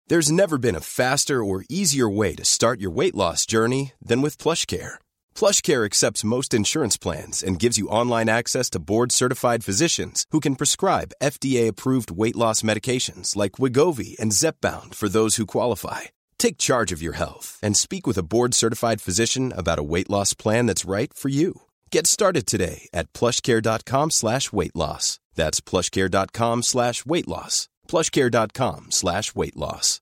There's never been a faster or easier way to start your weight loss journey than with PlushCare. PlushCare accepts most insurance plans and gives you online access to board-certified physicians who can prescribe FDA-approved weight loss medications like Wegovy and Zepbound for those who qualify. Take charge of your health and speak with a board-certified physician about a weight loss plan that's right for you. Get started today at plushcare.com/weightloss. That's plushcare.com/weightloss. plushcare.com/weightloss.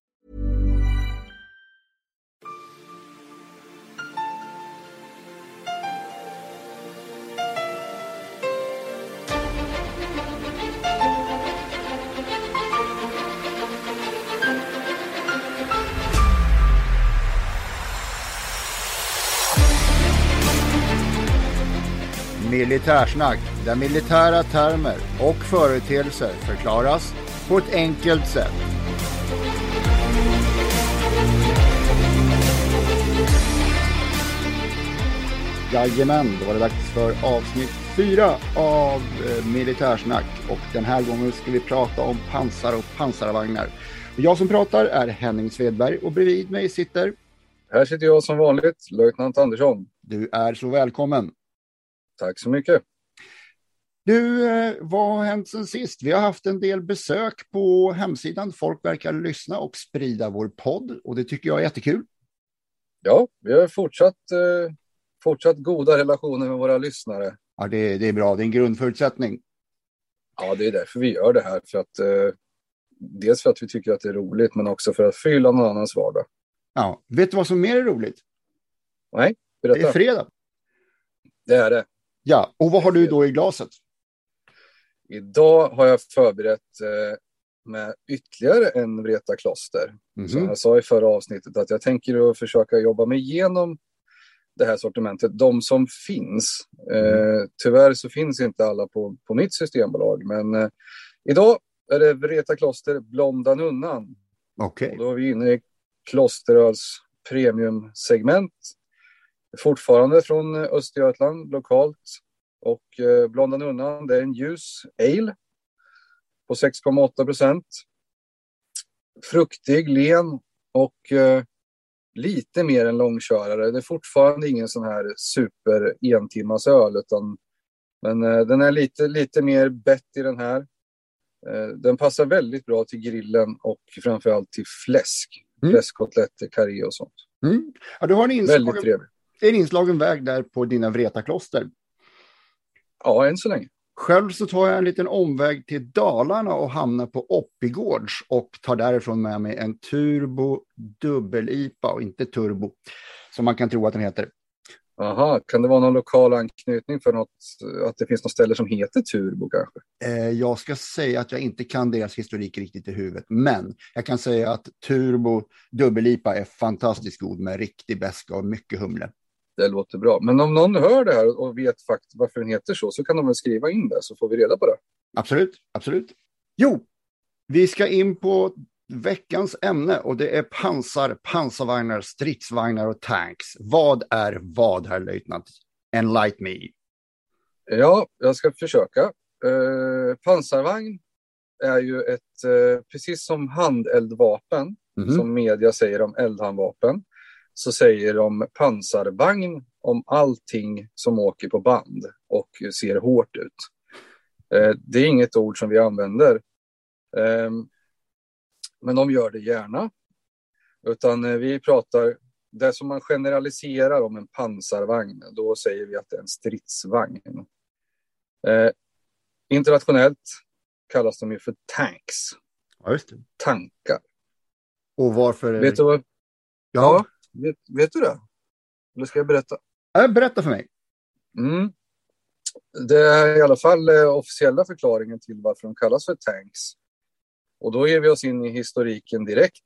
Militärsnack, där militära termer och företeelser förklaras på ett enkelt sätt. Jajamän, då var det dags för avsnitt 4 av Militärsnack. Och den här gången ska vi prata om pansar och pansarvagnar. Jag som pratar är Henning Svedberg och bredvid mig sitter... Här sitter jag som vanligt, löjtnant Andersson. Du är så välkommen. Tack så mycket. Du, vad har hänt sen sist? Vi har haft en del besök på hemsidan. Folk verkar lyssna och sprida vår podd och det tycker jag är jättekul. Ja, vi har fortsatt goda relationer med våra lyssnare. Ja, det är bra. Det är en grundförutsättning. Ja, det är därför vi gör det här. För att, dels för att vi tycker att det är roligt, men också för att fylla någon annans vardag. Ja, vet du vad som mer är roligt? Nej, berätta. Det är fredag. Det är det. Ja, och vad har du då i glaset? Idag har jag förberett med ytterligare en Vreta Kloster. Mm-hmm. Som jag sa i förra avsnittet att jag tänker att försöka jobba mig igenom det här sortimentet. De som finns. Tyvärr så finns inte alla på mitt systembolag. Men idag är det Vreta Kloster Blonda Nunnan. Okej. Och då är vi inne i Klosteröls premiumsegment. Fortfarande från Östergötland lokalt. Och Blonda Nunnan, det är en ljus ale på 6,8%. Fruktig, len och lite mer än långkörare. Det är fortfarande ingen sån här super entimmas öl, men den är lite mer bett i den här. Den passar väldigt bra till grillen och framförallt till fläsk. Fläskkotletter, karré och sånt. Ja, du har väldigt trevligt. En inslagen väg där på dina Vreta Kloster. Ja, än så länge. Själv så tar jag en liten omväg till Dalarna och hamnar på Oppigårds och tar därifrån med mig en Turbo dubbel-IPA och inte Turbo som man kan tro att den heter. Aha, kan det vara någon lokal anknytning för något, att det finns något ställe som heter Turbo kanske? Jag ska säga att jag inte kan deras historik riktigt i huvudet, men jag kan säga att Turbo dubbel-IPA är fantastiskt god med riktig beska och mycket humle. Det låter bra. Men om någon hör det här och vet faktiskt varför den heter så kan de väl skriva in det så får vi reda på det. Absolut, absolut. Jo, vi ska in på veckans ämne och det är pansarvagnar, stridsvagnar och tanks. Vad är vad, herr löjtnant? Enlighten me. Ja, jag ska försöka. Pansarvagn är ju precis som handeldvapen, som media säger om eldhandvapen, så säger de pansarvagn om allting som åker på band och ser hårt ut. Det är inget ord som vi använder. Men de gör det gärna. Utan vi pratar, det som man generaliserar om en pansarvagn, då säger vi att det är en stridsvagn. Internationellt kallas de ju för tanks. Ja, just det. Tankar. Och varför? Vet du vad? Ja. Vet du det? Eller ska jag berätta? Berätta för mig. Det är i alla fall officiella förklaringen till varför de kallas för tanks. Och då ger vi oss in i historiken direkt.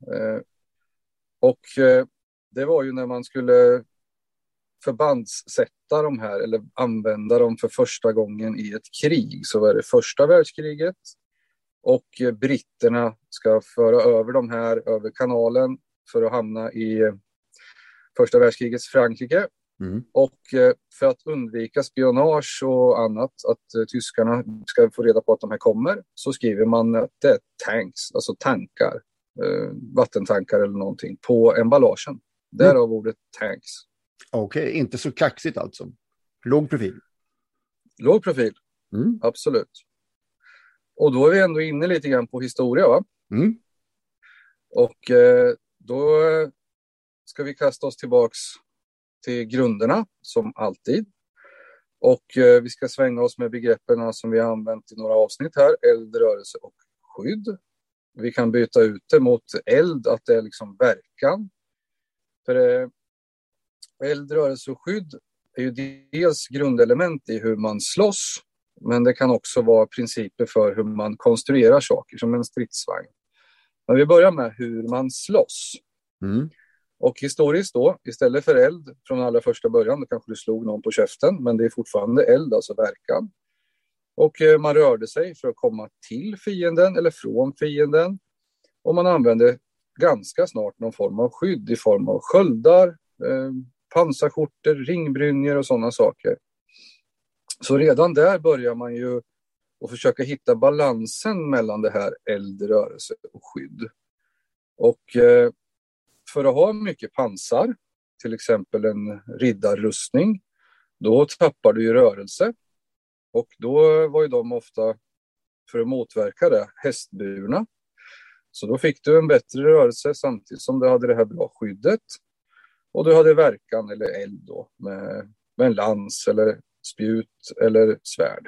Det var ju när man skulle förbandssätta de här eller använda dem för första gången i ett krig. Så var det första världskriget. Och britterna ska föra över de här över kanalen för att hamna i första världskrigets Frankrike. Och för att undvika spionage och annat, att tyskarna ska få reda på att de här kommer, så skriver man att det är tanks, alltså tankar. vattentankar eller någonting på emballagen. Därav ordet tanks. Okej, inte så kaxigt alltså. Låg profil. Låg profil, absolut. Och då är vi ändå inne lite grann på historia, va? Och då ska vi kasta oss tillbaks till grunderna, som alltid. Och vi ska svänga oss med begreppen som vi har använt i några avsnitt här. Eld, rörelse och skydd. Vi kan byta ut det mot eld, att det är liksom verkan. För eld, rörelse och skydd är ju dels grundelement i hur man slåss, men det kan också vara principer för hur man konstruerar saker, som en stridsvagn. Men vi börjar med hur man slåss. Och historiskt då, istället för eld från allra första början, då kanske du slog någon på käften, men det är fortfarande eld, alltså verkan. Och man rörde sig för att komma till fienden eller från fienden. Och man använde ganska snart någon form av skydd i form av sköldar, pansarskjortor, ringbrynjor och sådana saker. Så redan där börjar man ju att försöka hitta balansen mellan det här eld, rörelse och skydd. Och för att ha mycket pansar, till exempel en riddarrustning, då tappar du ju rörelse. Och då var ju de ofta, för att motverka det, hästburna. Så då fick du en bättre rörelse samtidigt som du hade det här bra skyddet. Och du hade verkan eller eld då med en lans eller spjut eller svärd.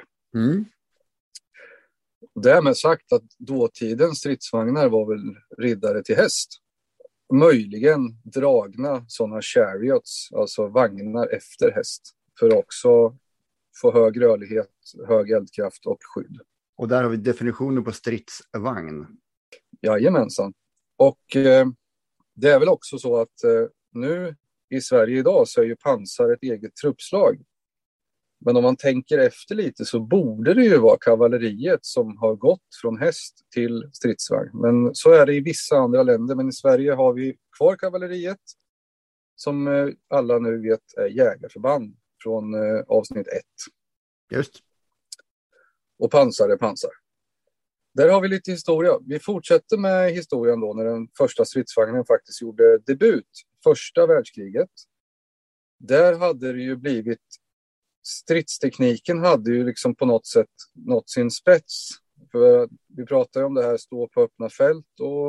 Därmed sagt att dåtidens stridsvagnar var väl riddare till häst. Möjligen dragna sådana chariots, alltså vagnar efter häst. För att också få hög rörlighet, hög eldkraft och skydd. Och där har vi definitionen på stridsvagn. Jajamensan. Och det är väl också så att nu i Sverige idag så är ju pansar ett eget truppslag. Men om man tänker efter lite så borde det ju vara kavalleriet som har gått från häst till stridsvagn. Men så är det i vissa andra länder. Men i Sverige har vi kvar kavalleriet som alla nu vet är jägarförband från avsnitt 1. Just. Och pansar är pansar. Där har vi lite historia. Vi fortsätter med historien då när den första stridsvagnen faktiskt gjorde debut. Första världskriget. Där hade det ju blivit, stridstekniken hade ju liksom på något sätt nått sin spets. För vi pratade om det här, stå på öppna fält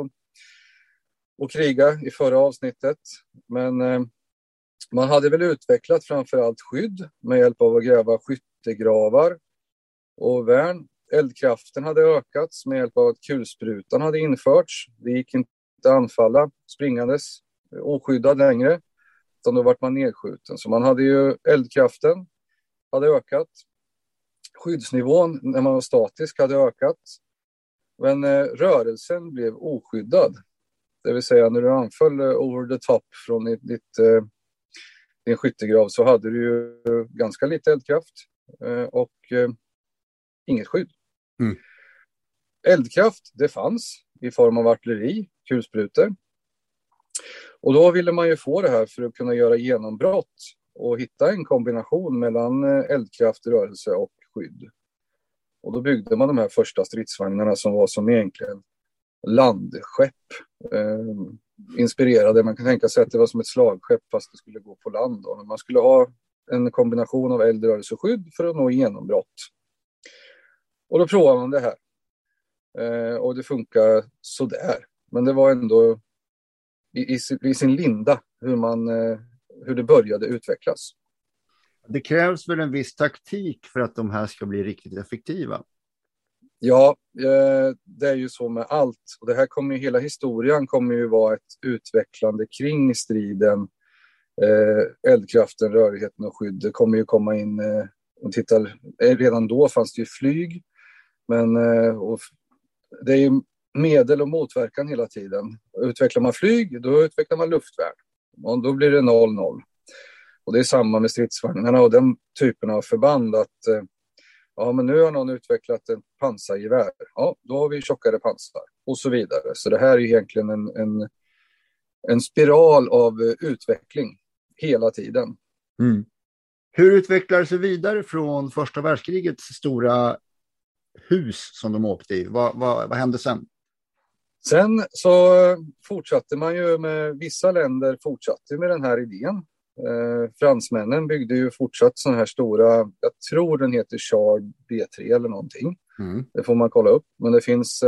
och kriga i förra avsnittet. Men man hade väl utvecklat framförallt skydd med hjälp av att gräva skyttegravar och värn. Eldkraften hade ökats med hjälp av att kulsprutan hade införts. Det gick inte att anfalla springandes oskyddad längre, utan då vart man nedskjuten. Så man hade ju eldkraften hade ökat. Skyddsnivån när man var statisk hade ökat. Men rörelsen blev oskyddad. Det vill säga när du anföll over the top från din skyttegrav så hade du ju ganska lite eldkraft och inget skydd. Eldkraft, det fanns i form av artilleri, kulsprutor. Och då ville man ju få det här för att kunna göra genombrott och hitta en kombination mellan eldkraft, rörelse och skydd. Och då byggde man de här första stridsvagnarna som var som egentligen landskepp. Inspirerade, man kan tänka sig att det var som ett slagskepp fast det skulle gå på land. Då. Man skulle ha en kombination av eld, rörelse och skydd för att nå genombrott. Och då provade man det här. Och det funkar sådär. Men det var ändå i sin linda hur det började utvecklas. Det krävs väl en viss taktik för att de här ska bli riktigt effektiva? Ja, det är ju så med allt. Och det här kommer ju, hela historien kommer ju vara ett utvecklande kring striden. Eldkraften, rörligheten och skydd. Det kommer ju komma in och titta. Redan då fanns det ju flyg. Men och det är ju medel och motverkan hela tiden. Utvecklar man flyg, då utvecklar man luftvärn. Och då blir det 0-0. Och det är samma med stridsvagnarna och den typen av förband att ja, men nu har någon utvecklat en pansargevär. Ja, då har vi tjockare pansar och så vidare. Så det här är egentligen en spiral av utveckling hela tiden. Hur utvecklar det sig vidare från första världskrigets stora hus som de åkte i? Vad hände sen? Sen så fortsatte man ju med, vissa länder fortsatte med den här idén. Fransmännen byggde ju fortsatt sådana här stora, jag tror den heter Char B3 eller någonting. Det får man kolla upp. Men det finns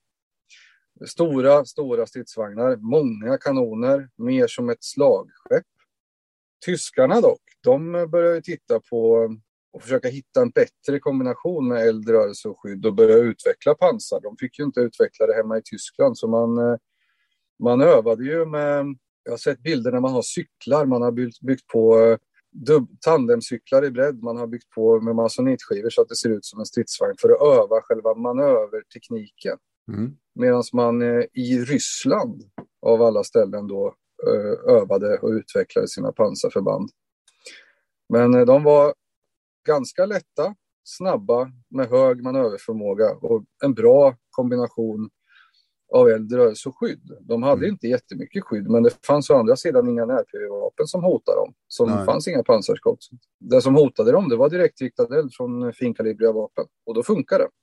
stora stridsvagnar, många kanoner, mer som ett slagskepp. Tyskarna dock, de börjar ju titta på och försöka hitta en bättre kombination med eld, rörelse och skydd och börja utveckla pansar. De fick ju inte utveckla det hemma i Tyskland, så man övade ju med, jag har sett bilder när man har cyklar, man har byggt på tandemcyklar i bredd, man har byggt på med masonitskivor så att det ser ut som en stridsvagn för att öva själva manövertekniken. Medan man i Ryssland av alla ställen då övade och utvecklade sina pansarförband. Men de var ganska lätta, snabba, med hög manöverförmåga och en bra kombination av eld, rörelse och skydd. De hade inte jättemycket skydd, men det fanns å andra sidan inga närpv-vapen som hotade dem. Fanns inga pansarskott. Det som hotade dem, det var direktriktad eld från finkalibriga vapen. Och då funkar det.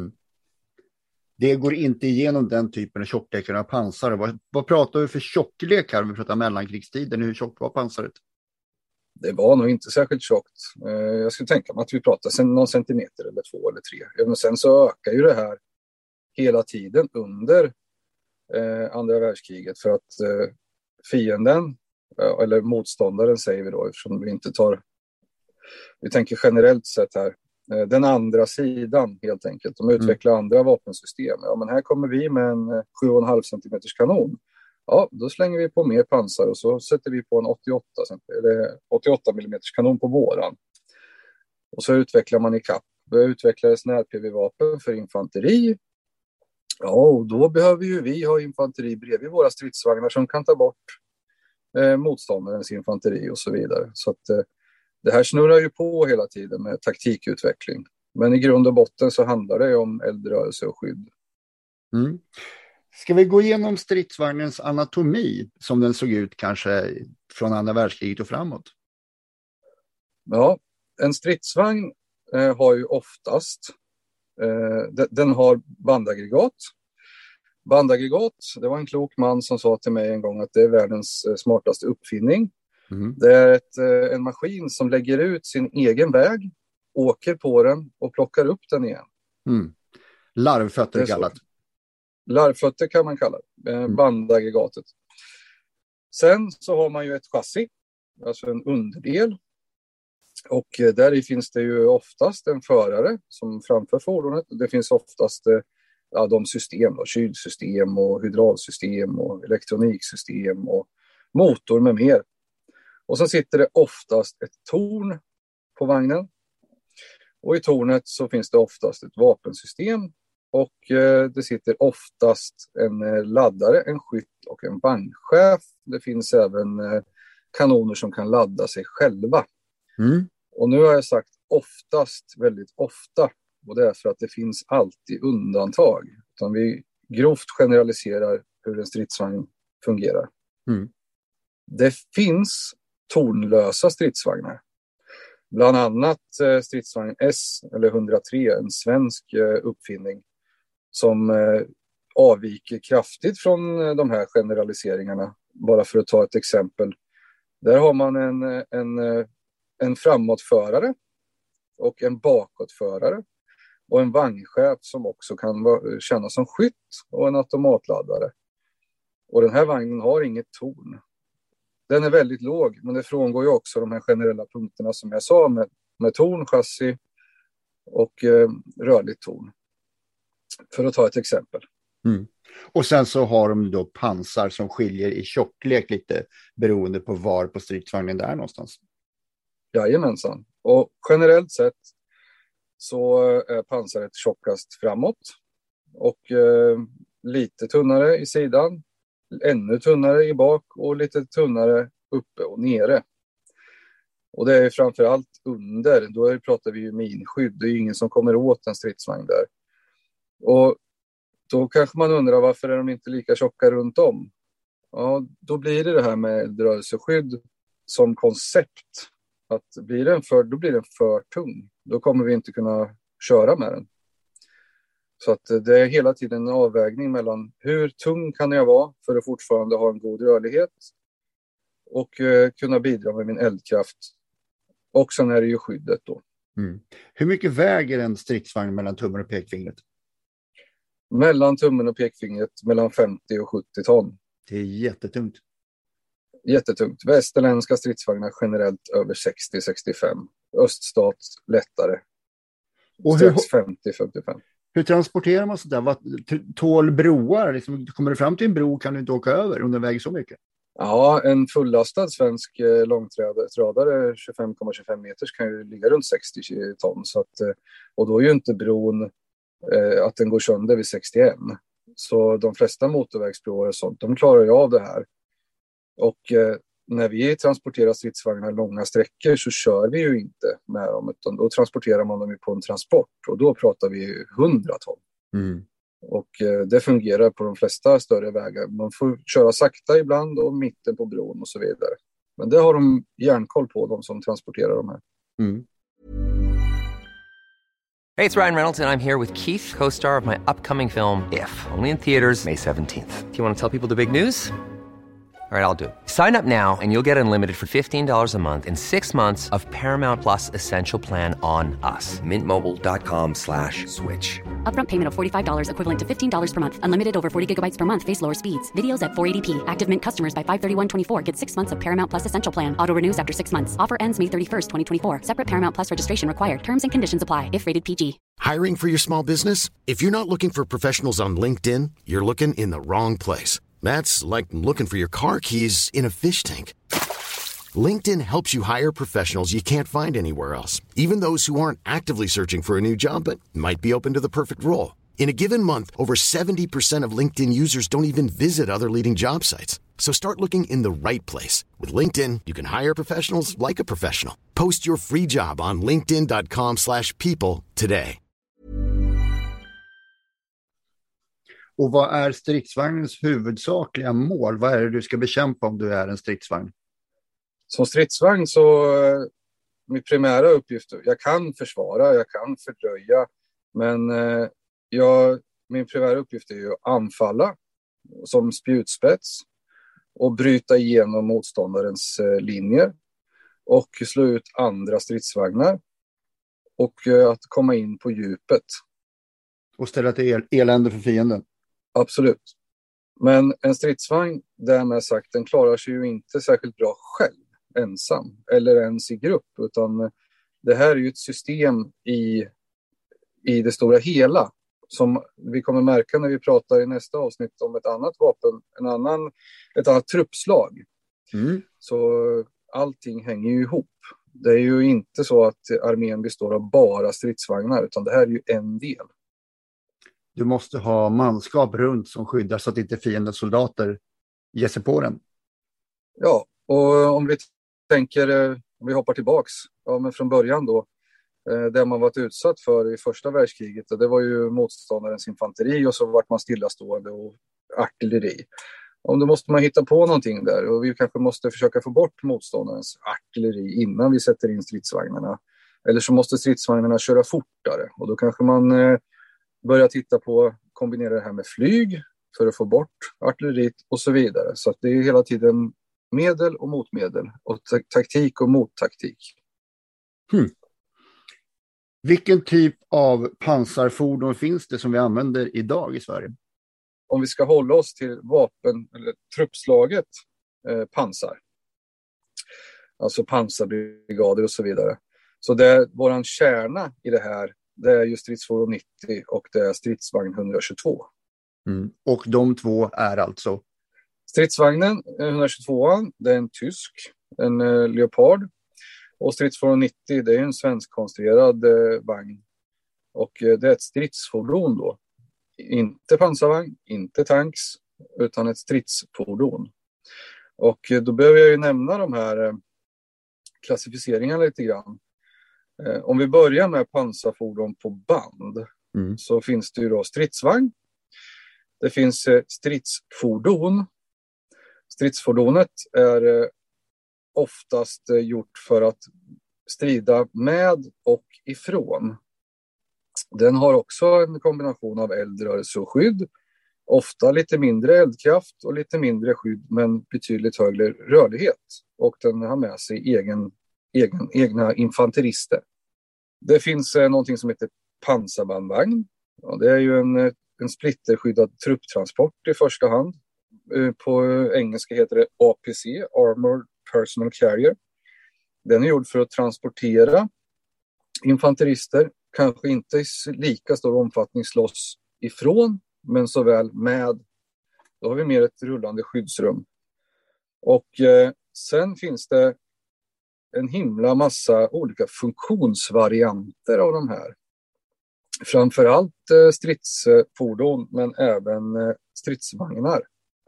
Det går inte igenom den typen av tjocklekar av pansar. Vad pratar vi för tjocklek här om vi pratar mellankrigstiden? Hur tjockt var pansaret? Det var nog inte särskilt tjockt. Jag skulle tänka mig att vi pratar någon centimeter eller 2 eller 3. Men sen så ökar ju det här hela tiden under andra världskriget för att fienden, eller motståndaren säger vi då, eftersom vi tänker generellt sett här, den andra sidan helt enkelt. De utvecklar andra vapensystem. Ja, men här kommer vi med en 7,5 cm kanon. Ja, då slänger vi på mer pansar och så sätter vi på en 88 mm kanon på våran. Och så utvecklar man i kapp. Det utvecklades när-PV-vapen för infanteri. Ja, och då behöver ju vi ha infanteri bredvid våra stridsvagnar som kan ta bort motståndarens infanteri och så vidare. Så att det här snurrar ju på hela tiden med taktikutveckling. Men i grund och botten så handlar det om eld, rörelse och skydd. Ska vi gå igenom stridsvagnens anatomi som den såg ut kanske från andra världskriget och framåt? Ja, en stridsvagn har ju oftast den har bandaggregat. Bandaggregat, det var en klok man som sa till mig en gång att det är världens smartaste uppfinning. Det är en maskin som lägger ut sin egen väg, åker på den och plockar upp den igen. Larvfötter kallat. Larvfötter kan man kalla det, bandaggregatet. Sen så har man ju ett chassi, alltså en underdel. Och där finns det ju oftast en förare som framför fordonet. Det finns oftast de system, då, kylsystem och hydraulsystem och elektroniksystem och motor med mer. Och så sitter det oftast ett torn på vagnen. Och i tornet så finns det oftast ett vapensystem. Och det sitter oftast en laddare, en skytt och en vagnchef. Det finns även kanoner som kan ladda sig själva. Och nu har jag sagt oftast, väldigt ofta. Och det är för att det finns alltid undantag. Utan vi grovt generaliserar hur en stridsvagn fungerar. Det finns tornlösa stridsvagnar. Bland annat stridsvagn S eller 103, en svensk uppfinning som avviker kraftigt från de här generaliseringarna. Bara för att ta ett exempel. Där har man en framåtförare och en bakåtförare och en vagnchef som också kan kännas som skytt och en automatladdare. Och den här vagnen har inget torn. Den är väldigt låg, men det frångår ju också de här generella punkterna som jag sa med torn, chassi och rörligt torn. För att ta ett exempel. Och sen så har de då pansar som skiljer i tjocklek lite beroende på var på stridsvagnen det är någonstans. Jajamensan. Och generellt sett så är pansaret tjockast framåt och lite tunnare i sidan, ännu tunnare i bak och lite tunnare uppe och nere. Och det är framförallt under, då pratar vi ju minskydd, det är ju ingen som kommer åt en stridsvagn där. Och då kanske man undrar varför är de inte lika tjocka runt om? Ja, då blir det här med rörelseskydd som koncept. Att då blir den för tung. Då kommer vi inte kunna köra med den. Så att det är hela tiden en avvägning mellan hur tung kan jag vara för att fortfarande ha en god rörlighet och kunna bidra med min eldkraft. Och sen är det ju skyddet då. Mm. Hur mycket väger en stridsvagn mellan tummen och pekfingret? Mellan tummen och pekfingret mellan 50 och 70 ton. Det är jättetungt. Jättetungt. Västerländska stridsvagnar generellt över 60-65. Öststat lättare. Och strax 50-55. Hur transporterar man sådär? Vad tål broar? Liksom, kommer du fram till en bro kan du inte åka över om den väger så mycket. Ja, en fullastad svensk långtradare 25,25 meters kan ju ligga runt 60 ton. Så att, och då är ju inte bron att den går sönder vid 61. Så de flesta motorvägsbroar och sånt, de klarar ju av det här. Och när vi transporterar stridsvagnar långa sträckor så kör vi ju inte med dem, utan då transporterar man dem på en transport och då pratar vi 100 ton. Mm. Och det fungerar på de flesta större vägar. Man får köra sakta ibland och mitten på bron och så vidare. Men det har de järnkoll på, de som transporterar de här. Mm. Hey, it's Ryan Reynolds and I'm here with Keith, co-star of my upcoming film If, only in theaters May 17th. Do you want to tell people the big news? All right, I'll do it. Sign up now and you'll get unlimited for $15 a month and 6 months of Paramount Plus Essential Plan on us. MintMobile.com/switch. Upfront payment of $45 equivalent to $15 per month. Unlimited over 40 gigabytes per month. Face lower speeds. Videos at 480p. Active Mint customers by 531.24 get 6 months of Paramount Plus Essential Plan. Auto renews after 6 months. Offer ends May 31st, 2024. Separate Paramount Plus registration required. Terms and conditions apply if rated PG. Hiring for your small business? If you're not looking for professionals on LinkedIn, you're looking in the wrong place. That's like looking for your car keys in a fish tank. LinkedIn helps you hire professionals you can't find anywhere else, even those who aren't actively searching for a new job but might be open to the perfect role. In a given month, over 70% of LinkedIn users don't even visit other leading job sites. So start looking in the right place. With LinkedIn, you can hire professionals like a professional. Post your free job on linkedin.com/people today. Och vad är stridsvagnens huvudsakliga mål? Vad är det du ska bekämpa om du är en stridsvagn? Som stridsvagn så min primära uppgift, jag kan försvara, jag kan fördröja, men min primära uppgift är ju att anfalla som spjutspets och bryta igenom motståndarens linjer och slå ut andra stridsvagnar och att komma in på djupet. Och ställa till elände för fienden. Absolut. Men en stridsvagn, därmed sagt, den klarar sig ju inte särskilt bra själv, ensam, eller ens i grupp, utan det här är ju ett system i det stora hela, som vi kommer märka när vi pratar i nästa avsnitt om ett annat vapen, ett annat truppslag. Mm. Så allting hänger ju ihop. Det är ju inte så att armén består av bara stridsvagnar, utan det här är ju en del. Du måste ha manskap runt som skyddar så att inte fiendens soldater ger sig på den. Ja, och om vi hoppar tillbaks, men från början då, det man varit utsatt för i första världskriget, det var ju motståndarens infanteri och så vart man stillastående och artilleri. Då måste man hitta på någonting där och vi kanske måste försöka få bort motståndarens artilleri innan vi sätter in stridsvagnarna. Eller så måste stridsvagnarna köra fortare och då kanske man börja titta på kombinera det här med flyg för att få bort artilleriet och så vidare. Så att det är hela tiden medel och motmedel och taktik och mottaktik. Vilken typ av pansarfordon finns det som vi använder idag i Sverige? Om vi ska hålla oss till eller truppslaget pansar. Alltså pansarbrigader och så vidare. Så det är våran kärna i det här. Det är ju stridsfordon 90 och det är stridsvagn 122. Mm. Och de två är alltså? Stridsvagnen 122, det är en tysk, en Leopard. Och stridsfordon 90, det är en svenskkonstruerad vagn. Och det är ett stridsfordon då. Inte pansarvagn, inte tanks, utan ett stridsfordon. Och då behöver jag ju nämna de här klassificeringarna lite grann. Om vi börjar med pansarfordon på band så finns det ju då stridsvagn. Det finns stridsfordon. Stridsfordonet är oftast gjort för att strida med och ifrån Den har också en kombination av eldrörelse och skydd. Ofta lite mindre eldkraft och lite mindre skydd, men betydligt högre rörlighet. Och den har med sig egna infanterister. Det finns någonting som heter pansarbandvagn. Ja, det är ju en splitterskyddad trupptransport i första hand. På engelska heter det APC, Armored Personal Carrier. Den är gjord för att transportera infanterister, kanske inte i lika stor omfattning slåss ifrån, men såväl med. Då har vi mer ett rullande skyddsrum. Och sen finns det en himla massa olika funktionsvarianter av de här. Framförallt stridsfordon, men även stridsvagnar.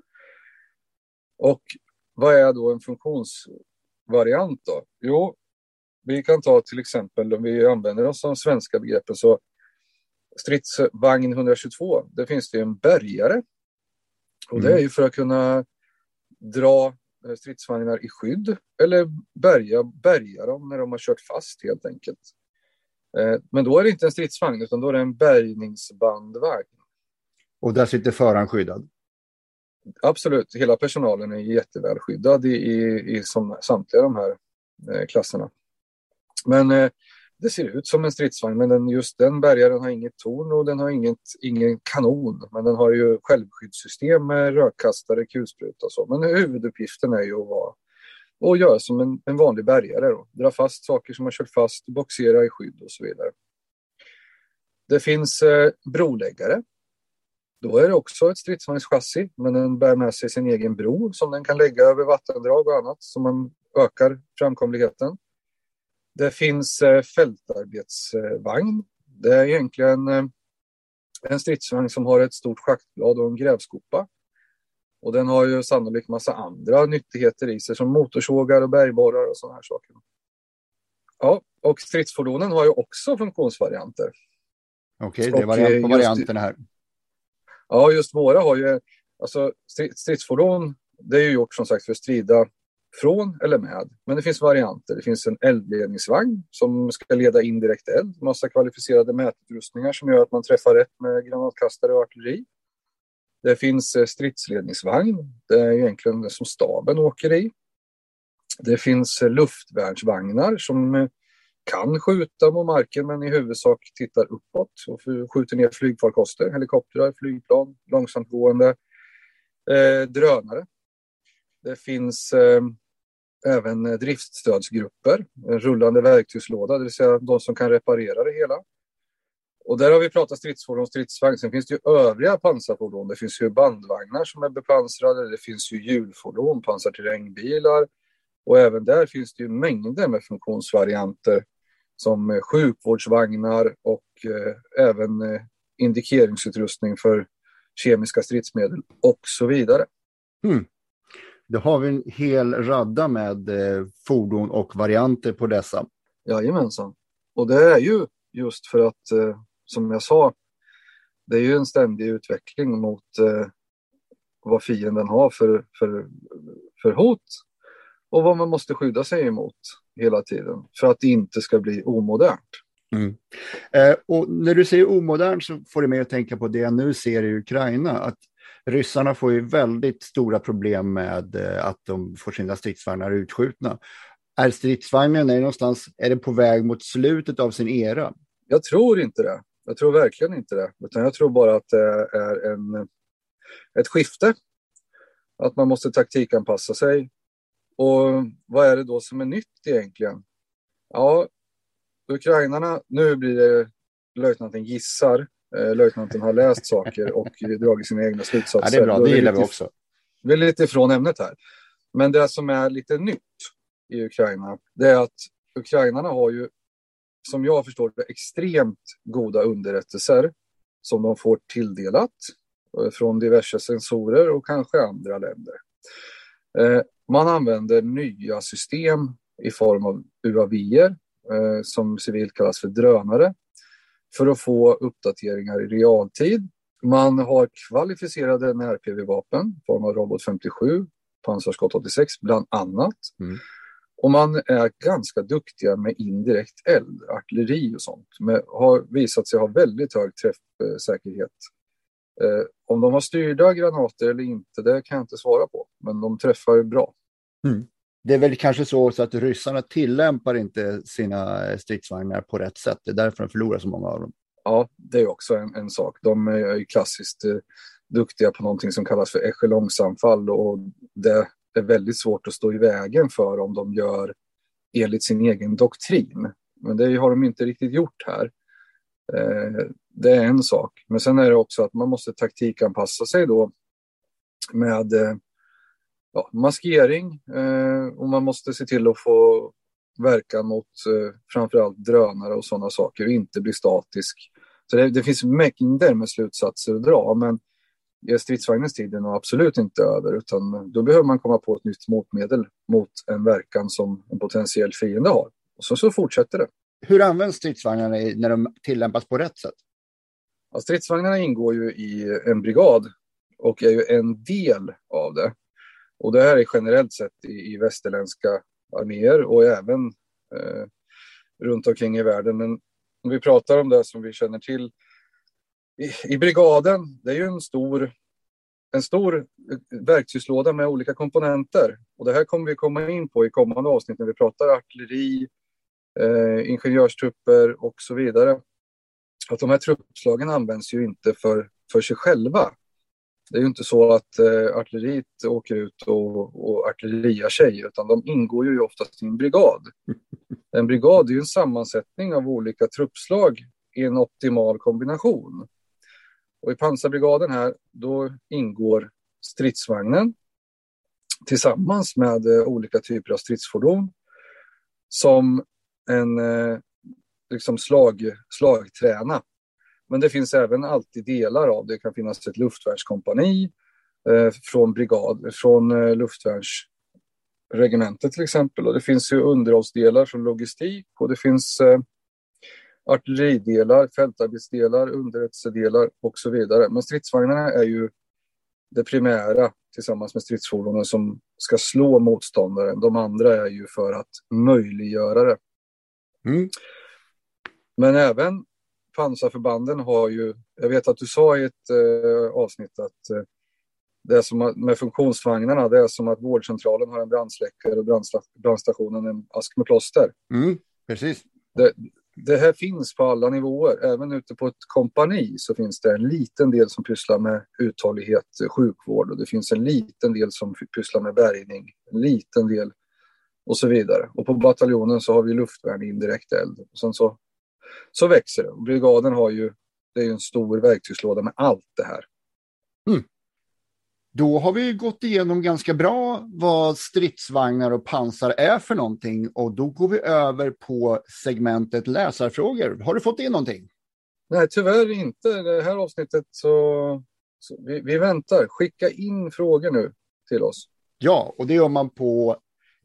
Och vad är då en funktionsvariant då? Jo, vi kan ta till exempel, om vi använder oss av svenska begreppen, så stridsvagn 122, det finns det en bärgare. Och det är ju för att kunna dra stridsvagnar i skydd eller bärga dem när de har kört fast helt enkelt. Men då är det inte en stridsvagn, utan då är det en bärgningsbandvagn. Och där sitter föraren skyddad? Absolut, hela personalen är jätteväl skyddad i samtliga de här klasserna. Men det ser ut som en stridsvagn, men just den bärgaren har inget torn och den har ingen kanon. Men den har ju självskyddssystem med rökkastare, kulspruta och så. Men huvuduppgiften är ju att göra som en vanlig bärgare då. Dra fast saker som har kört fast, boxera i skydd och så vidare. Det finns broläggare. Då är det också ett stridsvagnschassi, men den bär med sig sin egen bro som den kan lägga över vattendrag och annat, så man ökar framkomligheten. Det finns fältarbetsvagn. Det är egentligen en stridsvagn som har ett stort schaktblad och en grävskopa. Och den har ju sannolikt massa andra nyttigheter i sig, som motorsågar och bergborrar och sådana här saker. Ja, och stridsfordonen har ju också funktionsvarianter. Okej, det är variant på varianterna här. Ja, just våra har ju, alltså stridsfordon, det är ju gjort som sagt för att strida från eller med. Men det finns varianter. Det finns en eldledningsvagn som ska leda indirekt eld. Massa kvalificerade mätutrustningar som gör att man träffar rätt med granatkastare och artilleri. Det finns stridsledningsvagn. Det är egentligen det som staben åker i. Det finns luftvärnsvagnar som kan skjuta mot marken, men i huvudsak tittar uppåt och skjuter ner flygfarkoster, helikoptrar, flygplan, långsamtgående drönare. Det finns även driftstödsgrupper, en rullande verktygslåda, det vill säga de som kan reparera det hela. Och där har vi pratat stridsfordon och stridsvagn. Sen finns det ju övriga pansarfordon. Det finns ju bandvagnar som är bepansrade. Det finns ju hjulfordon, pansarterrängbilar. Och även där finns det ju mängder med funktionsvarianter som sjukvårdsvagnar och även indikeringsutrustning för kemiska stridsmedel och så vidare. Då har vi en hel radda med fordon och varianter på dessa. Jajamensan. Och det är ju just för att, som jag sa, det är ju en ständig utveckling mot vad fienden har för hot och vad man måste skydda sig emot hela tiden för att det inte ska bli omodernt. Och när du säger omodernt så får du mig att tänka på det jag nu ser i Ukraina, att ryssarna får ju väldigt stora problem med att de får sina stridsvagnar utskjutna. Är stridsvagnen är det på väg mot slutet av sin era? Jag tror inte det. Jag tror verkligen inte det. Utan jag tror bara att det är ett skifte. Att man måste taktikanpassa sig. Och vad är det då som är nytt egentligen? Ja, ukrainarna, nu blir det löjtnanten gissar. Löjtnanten har läst saker och dragit sina egna slutsatser. Ja, det är bra, det gillar vi också. Vi är lite ifrån ämnet här. Men det som är lite nytt i Ukraina, det är att ukrainarna har ju, som jag förstår det, extremt goda underrättelser som de får tilldelat från diverse sensorer och kanske andra länder. Man använder nya system i form av UAV:er som civilt kallas för drönare för att få uppdateringar i realtid. Man har kvalificerade när-PV-vapen i form av Robot 57, Pansarskott 86 bland annat. Och man är ganska duktiga med indirekt eld, artilleri och sånt. Men har visat sig ha väldigt hög träffsäkerhet. Om de har styrda granater eller inte, det kan jag inte svara på. Men de träffar ju bra. Mm. Det är väl kanske så att ryssarna tillämpar inte sina stridsvagnar på rätt sätt. Det är därför de förlorar så många av dem. Ja, det är också en sak. De är ju klassiskt duktiga på någonting som kallas för echelongsanfall. Och det är väldigt svårt att stå i vägen för om de gör enligt sin egen doktrin. Men det har de inte riktigt gjort här. Det är en sak. Men sen är det också att man måste taktikanpassa sig då med maskering. Och man måste se till att få verkan mot framförallt drönare och sådana saker och inte bli statisk. Så det finns mängder med slutsatser att dra, men stridsvagnens tid är nog absolut inte över, utan då behöver man komma på ett nytt motmedel mot en verkan som en potentiell fiende har. Och så fortsätter det. Hur används stridsvagnarna när de tillämpas på rätt sätt? Ja, stridsvagnarna ingår ju i en brigad och är ju en del av det. Och det här är generellt sett i västerländska arméer och även runt omkring i världen. Men om vi pratar om det som vi känner till i brigaden, det är ju en stor verktygslåda med olika komponenter. Och det här kommer vi komma in på i kommande avsnitt när vi pratar artilleri, ingenjörstrupper och så vidare. Att de här truppslagen används ju inte för sig själva. Det är ju inte så att artilleriet åker ut och artilleriar sig, utan de ingår ju oftast i en brigad. En brigad är ju en sammansättning av olika truppslag i en optimal kombination. Och i pansarbrigaden här, då ingår stridsvagnen tillsammans med olika typer av stridsfordon som en slagträna. Men det finns även alltid delar av det. Det kan finnas ett luftvärnskompani från luftvärnsregementet till exempel. Och det finns ju underhållsdelar som logistik och det finns artilleridelar, fältarbetsdelar, underrättelsedelar och så vidare. Men stridsvagnarna är ju det primära tillsammans med stridsfordonen som ska slå motståndaren. De andra är ju för att möjliggöra det. Mm. Men även pansarförbanden har ju, jag vet att du sa i ett avsnitt att det är som med funktionsvagnarna, det är som att vårdcentralen har en brandsläckare och brandstationen en ask med plåster. Mm, precis. Det här finns på alla nivåer. Även ute på ett kompani så finns det en liten del som pysslar med uthållighet, sjukvård, och det finns en liten del som pysslar med bärgning, en liten del och så vidare. Och på bataljonen så har vi luftvärn, indirekt eld. Och sen så växer det. Och brigaden det är ju en stor verktygslåda med allt det här. Mm. Då har vi gått igenom ganska bra vad stridsvagnar och pansar är för någonting, och då går vi över på segmentet läsarfrågor. Har du fått in någonting? Nej, tyvärr inte. Det här avsnittet så vi väntar. Skicka in frågor nu till oss. Ja, och det gör man på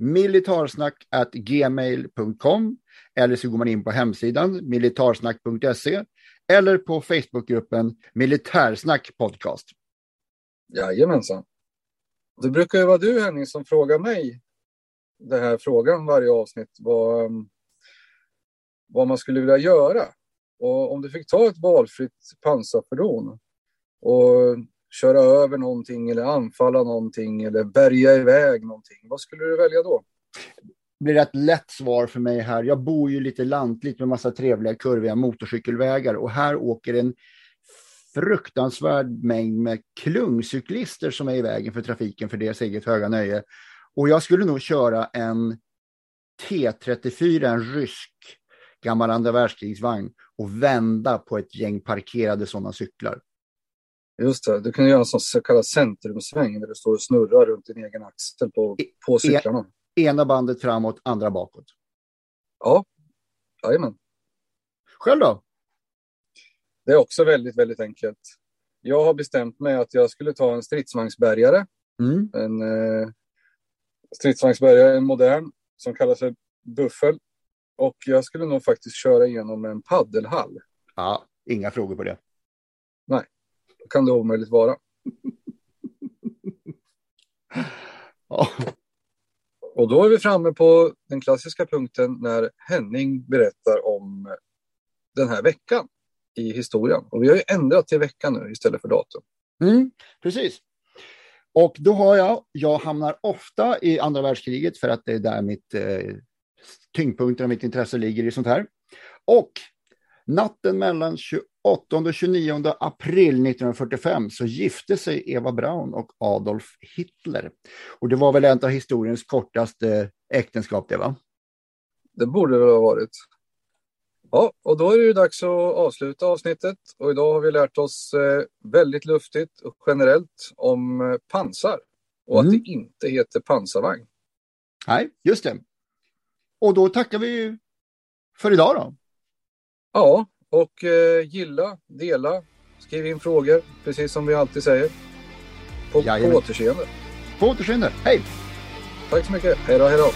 militarsnack@gmail.com, eller så går man in på hemsidan militarsnack.se eller på Facebookgruppen Militärsnack podcast. Jajamensan. Det brukar ju vara du, Henning, som frågar mig den här frågan varje avsnitt. Vad man skulle vilja göra. Och om du fick ta ett valfritt pansarfordon och köra över någonting eller anfalla någonting eller bärga iväg någonting, vad skulle du välja då? Det blir ett lätt svar för mig här. Jag bor ju lite lantligt med massa trevliga kurviga motorcykelvägar, och här åker en fruktansvärd mängd med klungcyklister som är i vägen för trafiken för deras eget höga nöje. Och jag skulle nog köra en T34, en rysk gammal andra världskrigsvagn, och vända på ett gäng parkerade sådana cyklar. Just det, du kan göra en sån så kallad centrumsväng där du står och snurrar runt din egen axel på cyklarna. Ena bandet framåt, andra bakåt. Ja, jajamän. Själv då? Det är också väldigt, väldigt enkelt. Jag har bestämt mig att jag skulle ta en stridsvagnsbärgare. Mm. En stridsvagnsbärgare, en modern, som kallas för buffel. Och jag skulle nog faktiskt köra igenom en paddelhall. Ja, inga frågor på det. Nej, det kan det omöjligt vara. Ja. Och då är vi framme på den klassiska punkten när Henning berättar om den här veckan i historien. Och vi har ju ändrat till veckan nu istället för datum. Precis. Och då har jag hamnar ofta i andra världskriget för att det är där tyngdpunkten av mitt intresse ligger i sånt här. Och natten mellan 28 och 29 april 1945 så gifte sig Eva Braun och Adolf Hitler. Och det var väl en av historiens kortaste äktenskap, det va? Det borde väl ha varit. Ja, och då är det ju dags att avsluta avsnittet. Och idag har vi lärt oss väldigt luftigt och generellt om pansar. Och att det inte heter pansarvagn. Nej, just det. Och då tackar vi för idag då. Ja, och gilla, dela, skriv in frågor, precis som vi alltid säger. På återseende. På återseende, hej! Tack så mycket, hej då.